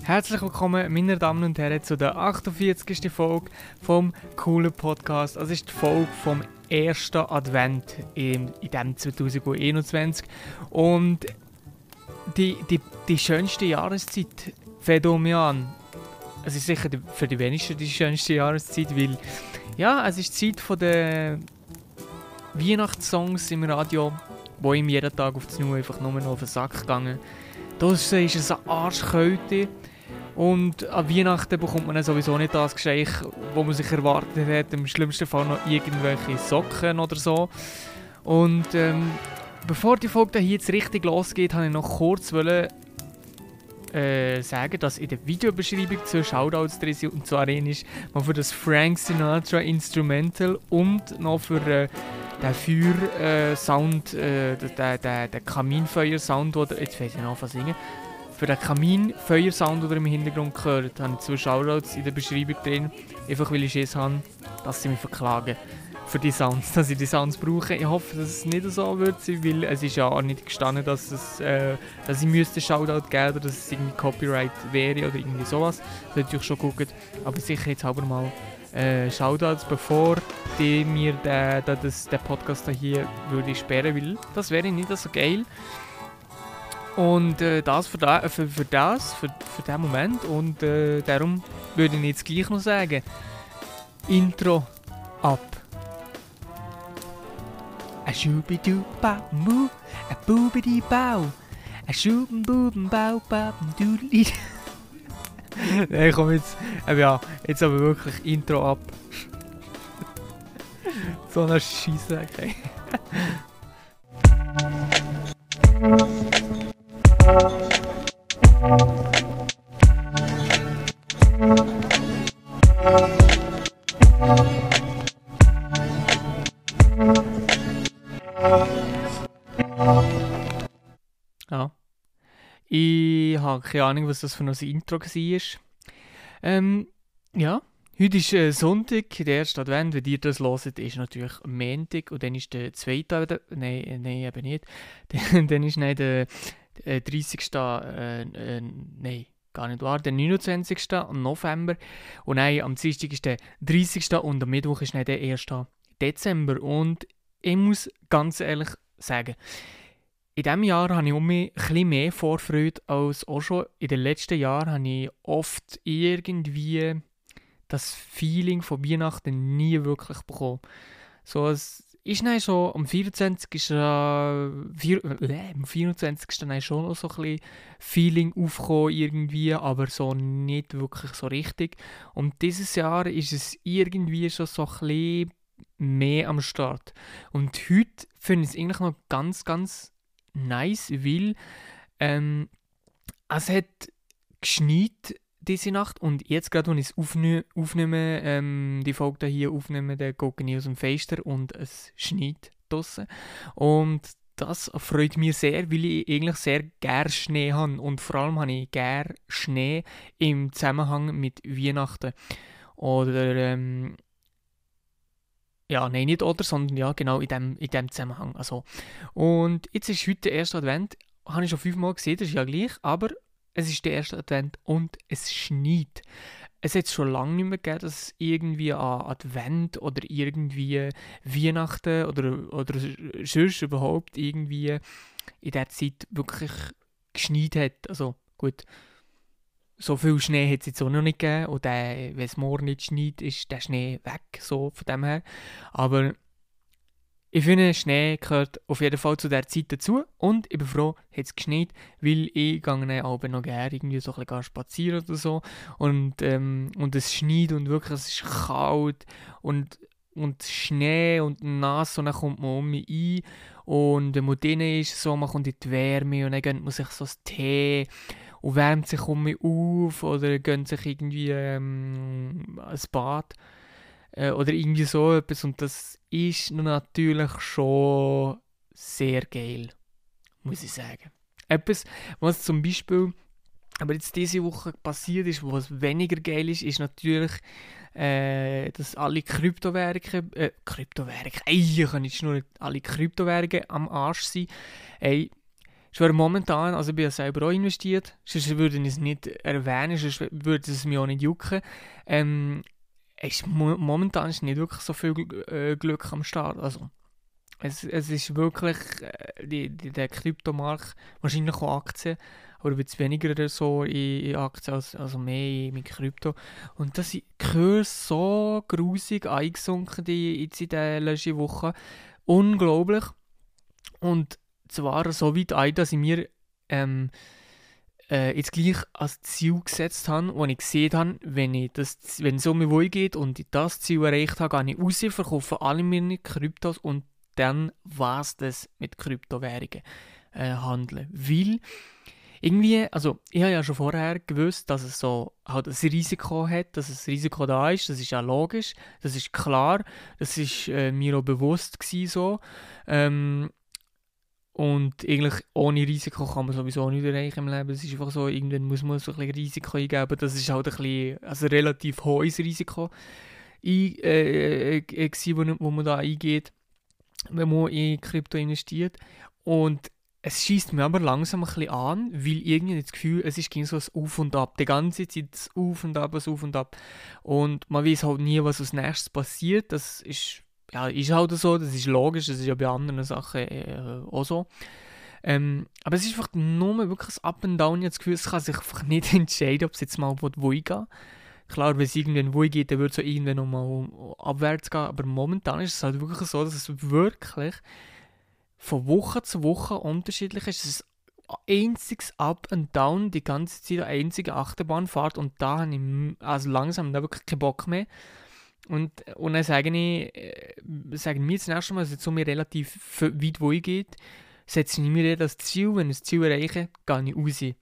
Herzlich willkommen, meine Damen und Herren, zu der 48. Folge vom coolen Podcast. Das ist die Folge vom ersten Advent in diesem 2021. Und die schönste Jahreszeit fängt um mich an. Es ist sicher für die wenigsten die schönste Jahreszeit, weil ja, es ist die Zeit von den Weihnachtssongs im Radio, wo ihm jeden Tag auf die Null einfach nur noch auf den Sack gegangen. Draussen ist es eine Arschkälte und an Weihnachten bekommt man sowieso nicht das Geschenk, das man sich erwartet hat. Im schlimmsten Fall noch irgendwelche Socken oder so. Und bevor die Folge hier jetzt richtig losgeht, wollte ich noch kurz sagen, dass in der Videobeschreibung zu Shoutouts drin sind. Und zwar ist mal für das Frank Sinatra Instrumental und noch für den Feuer-Sound, den Kaminfeuer-Sound, oder jetzt weiß ich noch was singen. Für den Kaminfeuer-Sound, den ihr im Hintergrund hört, habe ich 2 Shoutouts in der Beschreibung drin. Einfach weil ich Schiss habe, dass sie mich verklagen für die Sounds, dass ich die Sounds brauche. Ich hoffe, dass es nicht so wird sein, weil es ist ja auch nicht gestanden, dass ich müsste Shoutout geben oder dass es irgendwie Copyright wäre oder irgendwie sowas. Das hätte ich schon gucken. Aber sicher jetzt halber mal Shoutouts, bevor die mir den Podcast hier würde sperren, weil das wäre nicht so geil. Und das für den Moment. Und darum würde ich jetzt gleich noch sagen: Intro ab. A shubidu-ba-mu, a boobidi-bau, a shuben-buben-bau-bam-doodli. Nein, komm jetzt. Ja, jetzt aber wirklich Intro ab. So eine Scheisse, okay. Ja. Ich habe keine Ahnung, was das für ein Intro war. Ja, heute ist Sonntag, der erste Advent. Wenn ihr das hört, ist natürlich Montag und dann ist der zweite Advent. Nein, eben nicht. Dann ist nicht der 30. Nein, gar nicht wahr, der 29. November. Und nein, am Dienstag ist der 30. und am Mittwoch ist nicht der 1. Dezember. Und ich muss ganz ehrlich sagen, in diesem Jahr habe ich um mich ein bisschen mehr Vorfreude als auch schon in den letzten Jahren. Habe ich oft irgendwie das Feeling von Weihnachten nie wirklich bekommen. So, es ist dann schon am 24. Am 24. dann schon noch so ein bisschen Feeling aufgekommen irgendwie, aber so nicht wirklich so richtig. Und dieses Jahr ist es irgendwie schon so ein bisschen mehr am Start. Und heute finde ich es eigentlich noch ganz, ganz nice, weil es hat geschneit diese Nacht und jetzt gerade, als ich es aufnehme, die Folge hier aufnehme, dann gucke ich aus dem Fenster und es schneit draussen. Und das freut mich sehr, weil ich eigentlich sehr gerne Schnee habe und vor allem habe ich gerne Schnee im Zusammenhang mit Weihnachten. Oder ja, nein, nicht oder, sondern ja, genau in dem Zusammenhang. Also. Und jetzt ist heute der erste Advent. Habe ich schon 5-mal gesehen, das ist ja gleich. Aber es ist der erste Advent und es schneit. Es hat schon lange nicht mehr gegeben, dass es irgendwie an Advent oder irgendwie Weihnachten oder sonst überhaupt irgendwie in dieser Zeit wirklich geschneit hat. Also gut, so viel Schnee hat es jetzt auch noch nicht gegeben. Und wenn es morgen nicht schneit, ist der Schnee weg, so von dem her. Aber ich finde, Schnee gehört auf jeden Fall zu dieser Zeit dazu. Und ich bin froh, hat es geschneit, weil ich gehe dann auch noch gerne irgendwie so ein bisschen spazieren oder so. Und es schneit und wirklich, es ist kalt und Schnee und nass und dann kommt man um mich ein. Und wenn man drinnen ist, so, man kommt in die Wärme und dann gönnt man sich so einen Tee und wärmt sich um mich auf oder gönnt sich irgendwie ein Bad oder irgendwie so etwas. Und das ist natürlich schon sehr geil, muss ich sagen. Etwas, was zum Beispiel aber jetzt diese Woche passiert ist, was weniger geil ist, ist natürlich, dass alle Kryptowährungen, eigentlich können jetzt nur alle Kryptowährungen am Arsch sein. Ey, Ich wäre momentan, also ich bin ja selber auch investiert, sonst würde ich es nicht erwähnen, sonst würde es mich auch nicht jucken. Momentan ist nicht wirklich so viel Glück am Start. Also, es ist wirklich der Kryptomarkt, wahrscheinlich auch Aktien, aber ein bisschen weniger so in Aktien, also mehr mit Krypto. Und da sind die Kurse so grusig eingesunken jetzt in den letzten Wochen. Unglaublich. Und zwar so weit ein, dass ich mir jetzt gleich als Ziel gesetzt habe, wo ich gesehen habe, wenn es um mich wohl geht und ich das Ziel erreicht habe, gehe ich raus, verkaufe alle meine Kryptos und dann war es das mit Kryptowährungen handeln. Weil irgendwie, also ich habe ja schon vorher gewusst, dass es so halt ein Risiko hat, dass ein Risiko da ist, das ist ja logisch, das ist klar, das ist mir auch bewusst gewesen so. Und eigentlich ohne Risiko kann man sowieso nicht erreichen im Leben. Es ist einfach so, irgendwann muss man so ein bisschen Risiko eingeben. Das ist halt ein bisschen, also relativ hohes Risiko, wo man da eingeht, wenn man in Krypto investiert. Und es schießt mir aber langsam ein bisschen an, weil irgendwie das Gefühl, es ist so ein Auf und Ab. Die ganze Zeit das Auf und Ab, das Auf und Ab. Und man weiß halt nie, was als nächstes passiert. Das ist halt so, das ist logisch, das ist ja bei anderen Sachen auch so. Aber es ist einfach nur wirklich das Up and Down. Ich habe das Gefühl, es kann sich einfach nicht entscheiden, ob es jetzt mal wo gehen. Klar, wenn es irgendwann wo geht, dann wird es auch irgendwann nochmal abwärts gehen. Aber momentan ist es halt wirklich so, dass es wirklich von Woche zu Woche unterschiedlich ist. Es ist ein einziges Up and Down, die ganze Zeit eine einzige Achterbahnfahrt. Und da habe ich also langsam wirklich keinen Bock mehr. Und dann sagen wir das nächste Mal, dass es mir relativ weit wo geht, setze ich mir das Ziel, wenn ich das Ziel erreiche, gehe ich raus.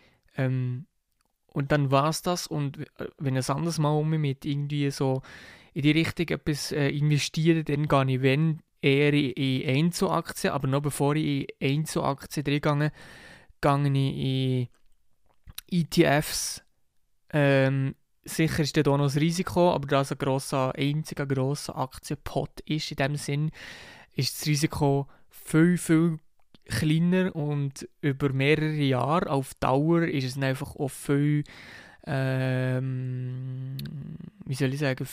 Und dann war es das. Und wenn ich ein anderes Mal mit irgendwie so in die Richtung etwas investiere, dann gehe ich, wenn eher in Einzelaktien, aber noch bevor ich in Einzelaktien reingehe, gehe ich in ETFs. Sicher ist dort auch noch das Risiko, aber da es ein einziger grosser Aktienpot ist, in dem Sinn, ist das Risiko viel, viel kleiner und über mehrere Jahre auf Dauer ist es einfach auch viel, wie soll ich sagen,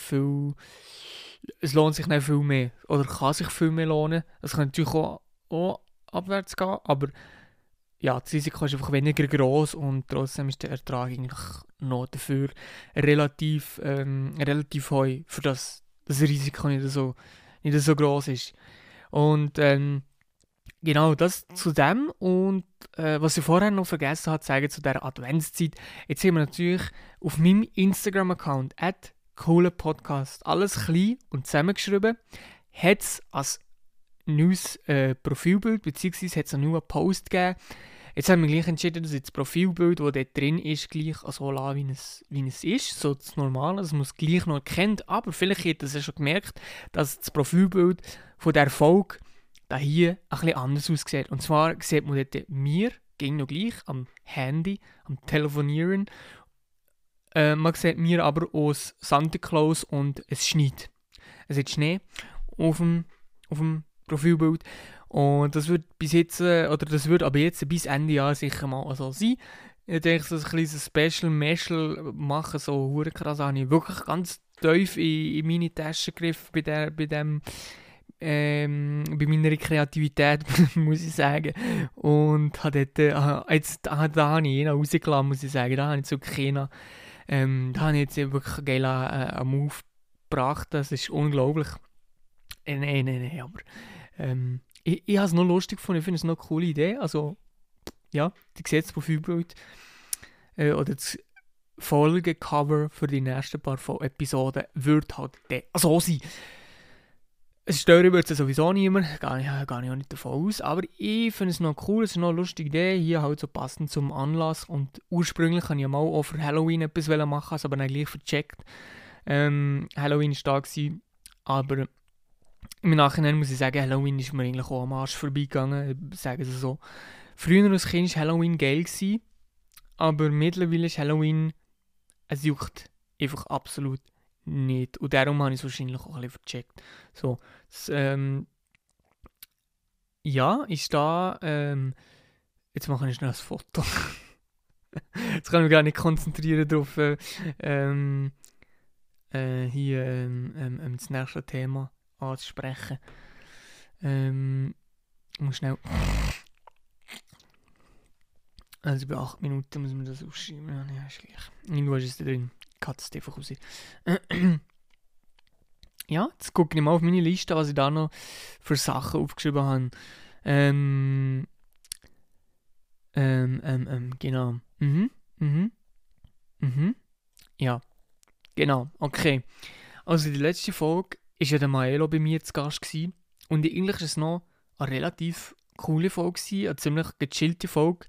es lohnt sich nicht viel mehr oder kann sich viel mehr lohnen. Es kann natürlich auch abwärts gehen, aber ja, das Risiko ist einfach weniger gross und trotzdem ist der Ertrag eigentlich noch dafür relativ hoch, für das Risiko nicht so gross ist. Und genau, das zu dem. Und was ich vorher noch vergessen habe zu sagen zu dieser Adventszeit, jetzt haben wir natürlich auf meinem Instagram-Account @coolerpodcast alles klein und zusammengeschrieben, hat es als neues Profilbild, beziehungsweise hat es einen neuen Post gegeben. Jetzt haben wir gleich entschieden, dass jetzt das Profilbild, das dort drin ist, gleich so lassen, wie es ist. So das Normale, dass man es gleich noch erkennt. Aber vielleicht habt ihr es ja schon gemerkt, dass das Profilbild von der Folge da hier ein bisschen anders aussieht. Und zwar sieht man dort mir, ging noch gleich, am Handy, am Telefonieren. Man sieht mir aber aus Santa Claus und es schneit. Es hat Schnee auf dem Profilbild. Und das wird aber jetzt bis Ende Jahr sicher mal so sein. Ich denke, so ein kleines Special machen, so hure krass, habe ich wirklich ganz tief in meine Tasche gegriffen bei meiner Kreativität, muss ich sagen. Und habe dort, da habe ich ihn rausgelassen, muss ich sagen. Da habe ich zu keiner, da habe ich jetzt wirklich einen geilen Move gebracht. Das ist unglaublich. Nein, aber ich habe es noch lustig gefunden, ich finde es noch eine coole Idee. Also, ja, die Profilbild oder das Folgecover für die nächsten paar Episoden wird halt so sein. Es stören wird es sowieso niemand, gar nicht auch nicht davon aus, aber ich finde es noch cool, es ist noch eine lustige Idee, hier halt so passend zum Anlass. Und ursprünglich wollte ich mal auch für Halloween etwas machen, also aber dann gleich vercheckt. Halloween war da gewesen, aber im Nachhinein muss ich sagen, Halloween ist mir eigentlich auch am Arsch vorbeigegangen, sagen sie so. Früher als Kind war Halloween geil gewesen, aber mittlerweile ist Halloween, es juckt einfach absolut nicht. Und darum habe ich es wahrscheinlich auch ein bisschen vercheckt. So, das, ja, ist da Jetzt mache ich schnell ein Foto. Jetzt kann ich mich gar nicht konzentrieren darauf, hier das nächste Thema anzusprechen. Ich muss schnell... Also bei 8 Minuten muss man das aufschreiben. Ja, nee, ist gleich. Irgendwo ist es da drin. Ich kann es einfach raus. Ja, jetzt gucke ich mal auf meine Liste, was ich da noch für Sachen aufgeschrieben habe. Genau. Ja, genau. Okay. Also die letzte Folge war ja der Maelo bei mir zu Gast gewesen. Und eigentlich war es noch eine relativ coole Folge gewesen, eine ziemlich gechillte Folge.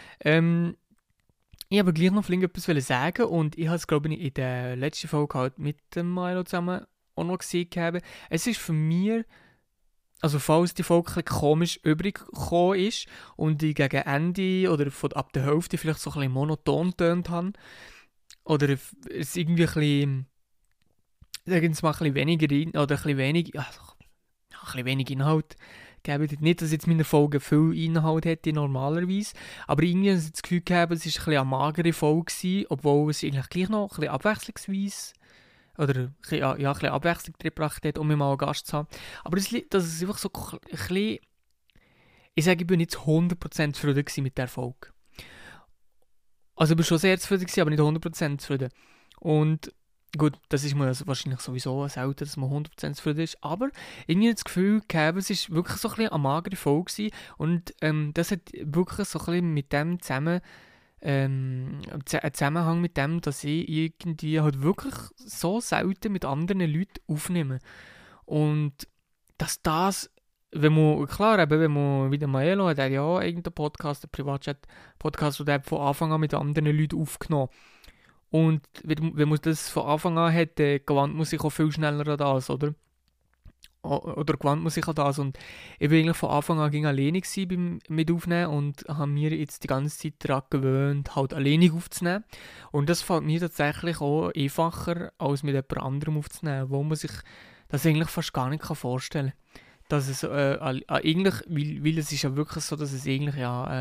Ich habe gleich noch etwas sagen und ich habe es, glaube ich, in der letzten Folge halt mit dem Milo zusammen auch noch gesehen habe. Es ist für mich, also falls die Folge ein bisschen komisch übrig gekommen ist und ich gegen Ende oder ab der Hälfte vielleicht so ein bisschen monoton getönt habe oder es irgendwie ein bisschen, sagen wir mal, ein bisschen weniger oder ein bisschen wenig Inhalt geben. Nicht, dass jetzt meine Folge viel Inhalt hätte normalerweise, aber irgendwie habe ich das Gefühl gehabt, es war ein bisschen eine magere Folge gewesen, obwohl es eigentlich gleich noch ein bisschen abwechslungsweise oder ein bisschen Abwechslung gebracht hat, um mir mal einen Gast zu haben. Aber das ist einfach so ein bisschen, ich sage, ich bin nicht zu 100% zufrieden mit der Folge. Also ich bin schon sehr zufrieden, aber nicht 100% zufrieden. Und gut, das ist mir wahrscheinlich sowieso selten, dass man 100% zufrieden ist, aber irgendwie das Gefühl gehabt, es war wirklich so ein bisschen eine magere Folge gewesen. Und das hat wirklich so ein bisschen mit dem zusammen, einen Zusammenhang mit dem, dass ich irgendwie halt wirklich so selten mit anderen Leuten aufnehme. Und dass das, wenn man wie der Maelo hat, ja auch irgendeinen Podcast, einen Privatchat-Podcast, und der hat von Anfang an mit anderen Leuten aufgenommen. Und wenn man das von Anfang an hat, dann gewandt man sich auch viel schneller an das, oder? Oder gewandt man sich an das. Und ich war eigentlich von Anfang an alleine mit Aufnehmen und habe mir jetzt die ganze Zeit daran gewöhnt, halt alleine aufzunehmen. Und das fällt mir tatsächlich auch einfacher, als mit jemand anderem aufzunehmen, wo man sich das eigentlich fast gar nicht vorstellen kann. Dass es eigentlich, weil es ist ja wirklich so, dass es eigentlich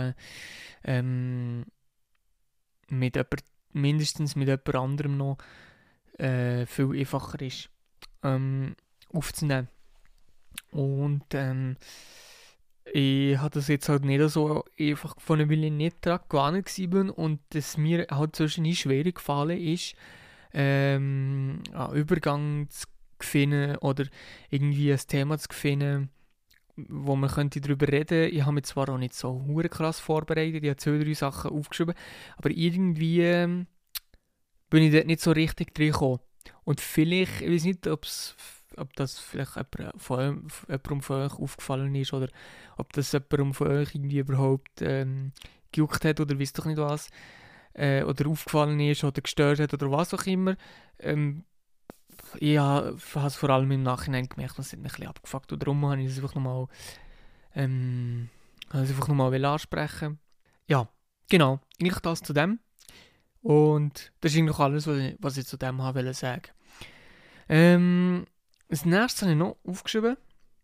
mindestens mit jemand anderem noch viel einfacher ist, aufzunehmen. Und ich habe das jetzt halt nicht so einfach gefunden, weil ich nicht daran gewöhnt war und es mir halt zwischendurch schwer gefallen ist, einen Übergang zu finden oder irgendwie ein Thema zu finden, wo man könnte darüber reden. Ich habe mich zwar auch nicht so hure krass vorbereitet, ich habe 2-3 Sachen aufgeschrieben, aber irgendwie bin ich dort nicht so richtig drin gekommen. Und vielleicht, ich weiß nicht, ob das vielleicht jemandem von euch aufgefallen ist oder ob das jemandem von euch irgendwie überhaupt gejuckt hat oder wisst doch nicht was, oder aufgefallen ist oder gestört hat oder was auch immer. Ich habe es vor allem im Nachhinein gemerkt, das hat mich ein bisschen abgefuckt und darum habe ich es einfach nochmal ansprechen. Ja, genau, eigentlich das zu dem. Und das ist eigentlich alles, was ich zu dem wollte sagen. Das nächste habe ich noch aufgeschrieben.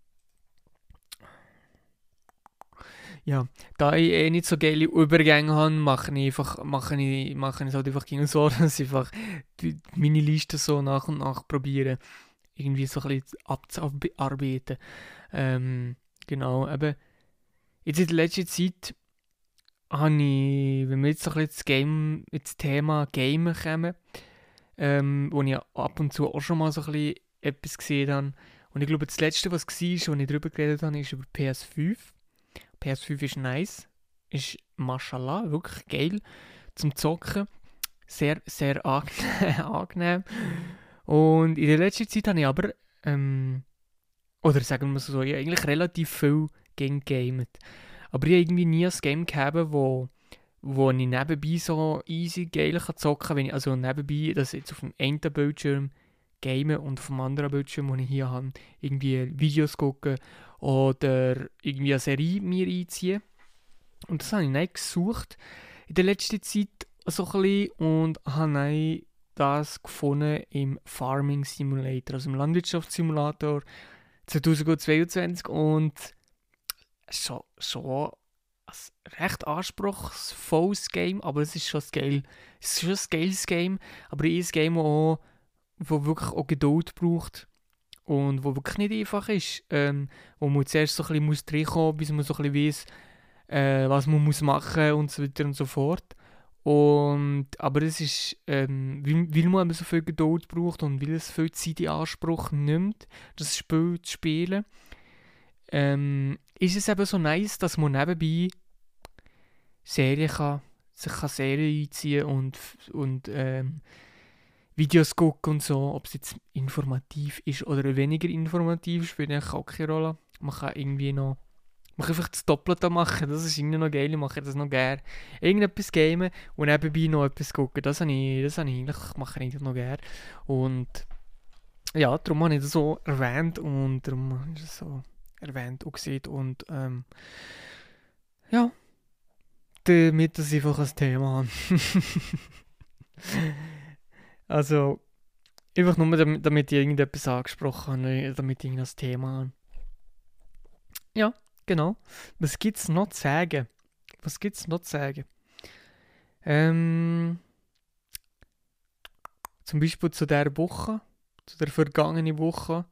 Ja, da ich nicht so geile Übergänge habe, mache ich es halt einfach gegen so, dass ich einfach meine Liste so nach und nach probiere, irgendwie so ein bisschen abzuarbeiten. Genau, eben, jetzt in der letzten Zeit habe ich, wenn wir jetzt so ein bisschen ins Thema Gamen kommen, wo ich ab und zu auch schon mal so ein bisschen etwas gesehen habe. Und ich glaube, das letzte, was war, wo ich darüber geredet habe, ist über PS5. PS5 ist nice, ist mashallah, wirklich geil zum Zocken. Sehr, sehr angenehm. Und in der letzten Zeit habe ich aber, oder sagen wir so, ich habe eigentlich relativ viel gegamet. Aber ich habe irgendwie nie ein Game gehabt, wo ich nebenbei so easy geil zocken kann. Wenn ich also nebenbei, das jetzt auf dem einen Bildschirm game und auf dem anderen Bildschirm, den ich hier habe, irgendwie Videos gucken oder irgendwie eine Serie mir einziehen. Und das habe ich nicht gesucht in der letzten Zeit so ein bisschen und habe das gefunden im Farming Simulator, also im Landwirtschaftssimulator 2022 und schon recht anspruchsvolles Game, aber es ist schon ein geiles Game, aber ein Game, wo wirklich auch Geduld braucht und wo wirklich nicht einfach ist, wo man zuerst so ein bisschen reinkommen muss, bis man so ein bisschen weiss, was man muss machen und so weiter und so fort. Aber es ist, weil man eben so viel Geduld braucht und weil es viel Zeit in Anspruch nimmt, das Spiel zu spielen, ist es eben so nice, dass man nebenbei sich Serien einziehen und Videos gucken und so. Ob es jetzt informativ ist oder weniger informativ, spielt eigentlich auch keine Rolle. Man kann irgendwie noch einfach das Doppelte machen, das ist irgendwie noch geil, ich mache das noch gerne. Irgendetwas gamen und nebenbei noch etwas gucken, das mache ich eigentlich noch gerne. Und ja, darum habe ich das so erwähnt und darum habe ich das so erwähnt und gesehen und ja, damit das einfach ein Thema habe. Also, einfach nur damit ich irgendetwas angesprochen habe, damit ich irgendein Thema habe. Ja, genau. Was gibt's noch zu sagen? Zum Beispiel zu der Woche, zu der vergangenen Woche,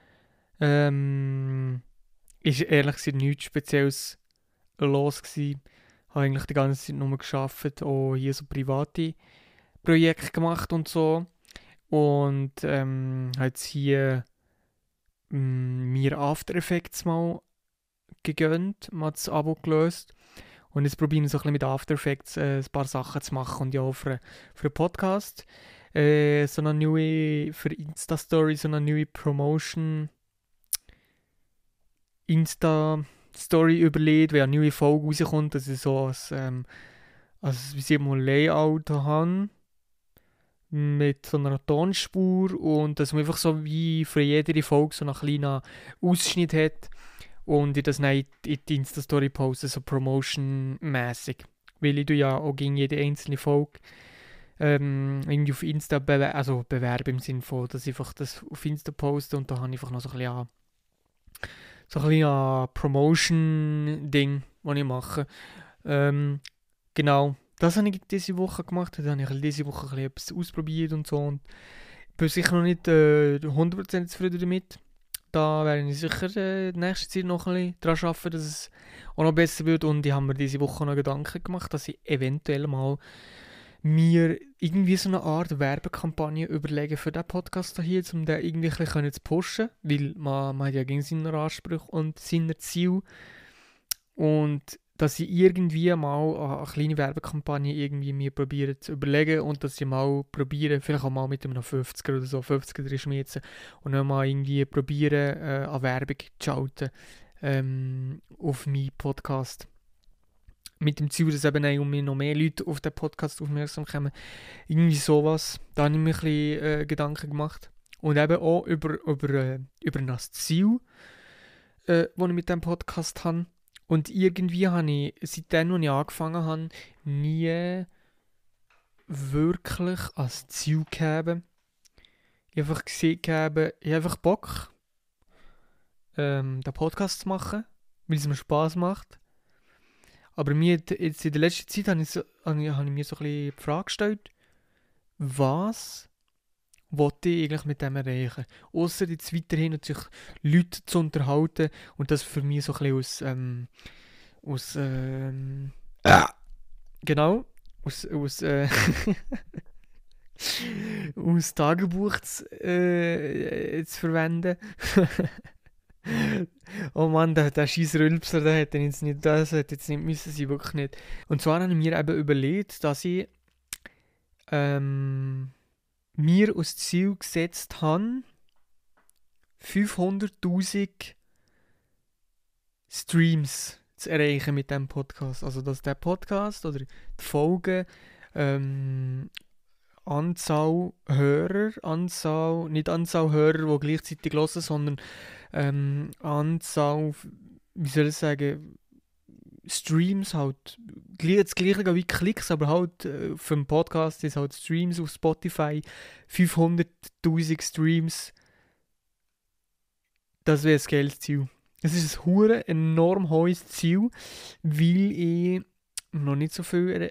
ist ehrlich gesagt nichts Spezielles los gewesen. Ich habe eigentlich die ganze Zeit nur gearbeitet, auch hier so private Projekte gemacht und so. Und habe jetzt hier mir After Effects mal gegönnt, mal das Abo gelöst. Und jetzt probiere ich so ein bisschen mit After Effects ein paar Sachen zu machen und ja auch für einen Podcast. So eine neue, für Insta-Story, so eine neue Promotion Insta-Story überlegt, wenn eine neue Folge rauskommt, dass ich so wie sie mal Layout habe mit so einer Tonspur und dass man einfach so wie für jede Folge so einen kleinen Ausschnitt hat und ich das dann in die Insta-Story poste, so Promotion-mäßig. Weil ich ja auch gegen jede einzelne Folge irgendwie auf Insta bewerbe im Sinne von, dass ich einfach das auf Insta poste und da habe ich einfach noch so ein bisschen Promotion-Ding, das ich mache. Genau, das habe ich diese Woche gemacht. Da habe ich diese Woche ein bisschen etwas ausprobiert und so. Und ich bin sicher noch nicht 100% zufrieden damit. Da werde ich sicher in der nächsten Zeit noch ein bisschen daran arbeiten, dass es auch noch besser wird. Und ich habe mir diese Woche noch Gedanken gemacht, dass ich eventuell mal mir irgendwie so eine Art Werbekampagne überlegen für diesen Podcast hier, um den irgendwie ein bisschen zu pushen. Weil man hat ja gegen seine Ansprüche und seine Ziele. Und dass ich irgendwie mal eine kleine Werbekampagne irgendwie mir probiere zu überlegen und dass ich mal probiere, vielleicht auch mal mit einem 50er oder so, 50er drin schmeißen und dann mal irgendwie probieren, eine Werbung zu schalten auf meinen Podcast. Mit dem Ziel, dass eben auch noch mehr Leute auf den Podcast aufmerksam kommen. Irgendwie sowas. Da habe ich mir ein bisschen Gedanken gemacht. Und eben auch über das Ziel, das ich mit diesem Podcast habe. Und irgendwie habe ich, seitdem, als ich angefangen habe, nie wirklich als Ziel gegeben. Ich habe einfach gesehen, ich habe einfach Bock, den Podcast zu machen, weil es mir Spass macht. Aber jetzt in der letzten Zeit habe ich mir so ein bisschen die Frage gestellt, was wollte ich eigentlich mit dem erreichen? Ausser jetzt weiterhin natürlich Leute zu unterhalten und das für mich so ein bisschen genau, aus Tagebuch zu verwenden. Oh Mann, der scheiß Rülpser, das hätte jetzt nicht müssen sein, wirklich nicht. Und zwar habe ich mir eben überlegt, dass ich mir als Ziel gesetzt habe, 500'000 Streams zu erreichen mit diesem Podcast. Also, dass der Podcast oder die Folgen Anzahl Hörer, nicht Anzahl Hörer, die gleichzeitig hören, sondern Anzahl, wie soll ich sagen, Streams halt, das gleiche wie Klicks, aber halt für den Podcast ist halt Streams auf Spotify, 500'000 Streams, das wäre das geiles Ziel. Es ist ein hure enorm hohes Ziel, weil ich noch nicht so viel,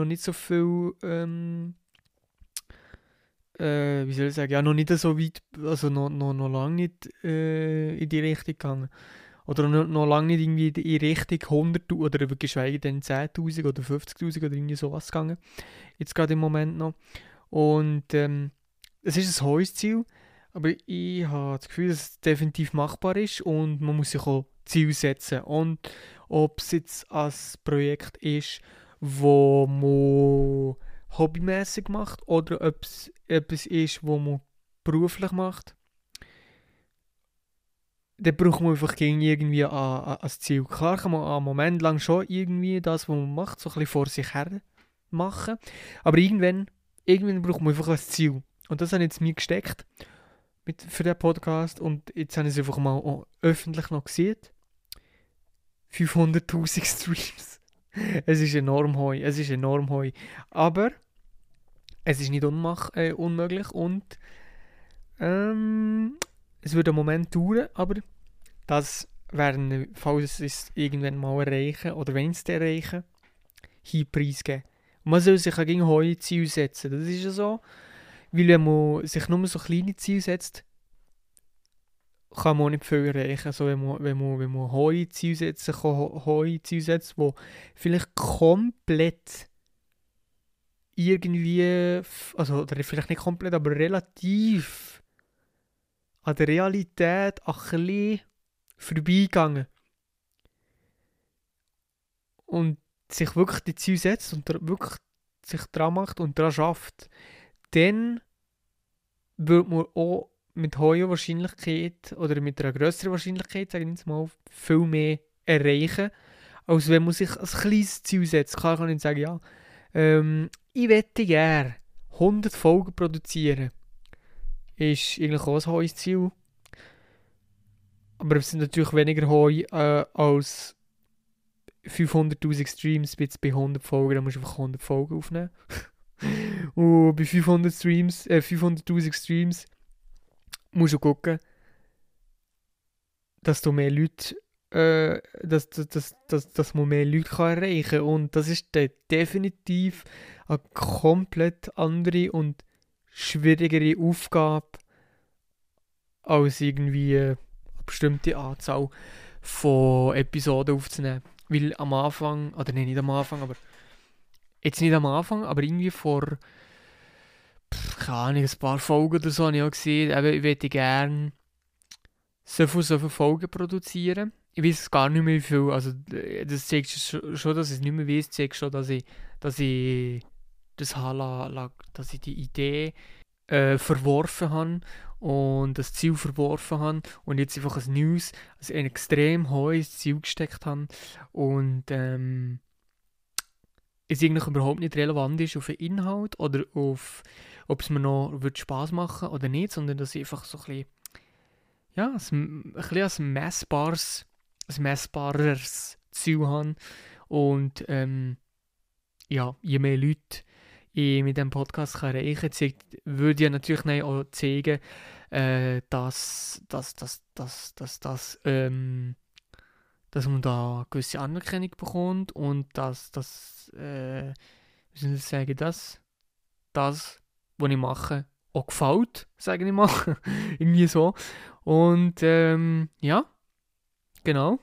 wie soll ich sagen, ja, noch nicht so weit, also noch lange nicht in die Richtung gegangen. Oder noch lange nicht irgendwie in Richtung 100'000 oder geschweige denn 10'000 oder 50'000 oder irgendwie sowas gegangen. Jetzt gerade im Moment noch. Und es ist ein hohes Ziel, aber ich habe das Gefühl, dass es definitiv machbar ist und man muss sich auch Ziel setzen. Und ob es jetzt ein Projekt ist, wo man hobbymäßig macht oder ob es etwas ist, wo man beruflich macht, dann braucht man einfach irgendwie ein Ziel. Klar kann man einen Moment lang schon irgendwie das, was man macht, so ein bisschen vor sich her machen, aber irgendwann braucht man einfach ein Ziel. Und das habe ich jetzt mir gesteckt für den Podcast und jetzt habe ich es einfach mal auch öffentlich noch gesehen. 500'000 Streams. Es ist enorm heu. Aber es ist nicht unmöglich und es wird einen Moment dauern, aber das werden, falls es irgendwann mal erreichen oder wenn es erreichen, hier preisgeben. Und man soll sich gegen hohe Ziele setzen. Das ist ja so, weil wenn man sich nur so kleine Ziele setzt, kann man auch nicht viel erreichen. Also wenn man hohe Ziele setzt, die vielleicht komplett irgendwie, also oder vielleicht nicht komplett, aber relativ an der Realität ein bisschen vorbeigegangen. Und sich wirklich die Ziele setzt und wirklich sich dran macht und daran schafft, dann wird man auch mit hoher Wahrscheinlichkeit oder mit einer grösseren Wahrscheinlichkeit, sagen wir jetzt mal, viel mehr erreichen, als wenn man sich ein kleines Ziel setzt. Klar kann ich sagen, ja, ich möchte gerne 100 Folgen produzieren. Ist eigentlich auch ein hohes Ziel. Aber es sind natürlich weniger hoch als 500'000 Streams bei 100 Folgen. Dann musst du einfach 100 Folgen aufnehmen. Und bei 500'000 Streams musst du gucken, dass du mehr Leute dass man mehr Leute kann erreichen kann. Und das ist definitiv eine komplett andere und schwierigere Aufgabe, als irgendwie eine bestimmte Anzahl von Episoden aufzunehmen. Weil am Anfang, oder nein, nicht am Anfang, aber jetzt nicht am Anfang, aber irgendwie vor, keine Ahnung, ein paar Folgen oder so habe ich auch gesehen, ich würde gerne so viele Folgen produzieren. Ich weiß es gar nicht mehr wie viel, also das zeigt schon, dass ich es nicht mehr weiß, zeigt schon, dass ich das habe, dass ich die Idee verworfen habe und das Ziel verworfen habe und jetzt einfach ein neues, also ein extrem hohes Ziel gesteckt habe und es eigentlich überhaupt nicht relevant ist auf den Inhalt oder auf, ob es mir noch Spaß machen oder nicht, sondern dass ich einfach so ein bisschen, ja, ein bisschen ein messbares Ziel habe und ja, je mehr Leute ich mit diesem Podcast kann erreichen kann, würde ja natürlich auch zeigen, dass man da gewisse Anerkennung bekommt und wie soll ich sagen, das, was ich mache, auch gefällt, sage ich mal. Irgendwie so. Und ja, genau.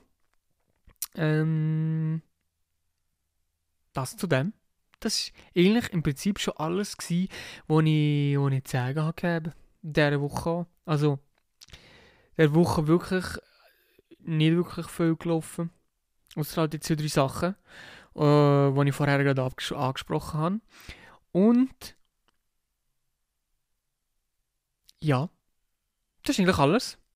Das zu dem. Das war eigentlich im Prinzip schon alles, was ich zu sagen habe in dieser Woche. Also, der Woche wirklich nicht wirklich viel gelaufen. Außer halt die 2-3 Sachen, die ich vorher gerade angesprochen habe. Und ja, das ist eigentlich alles.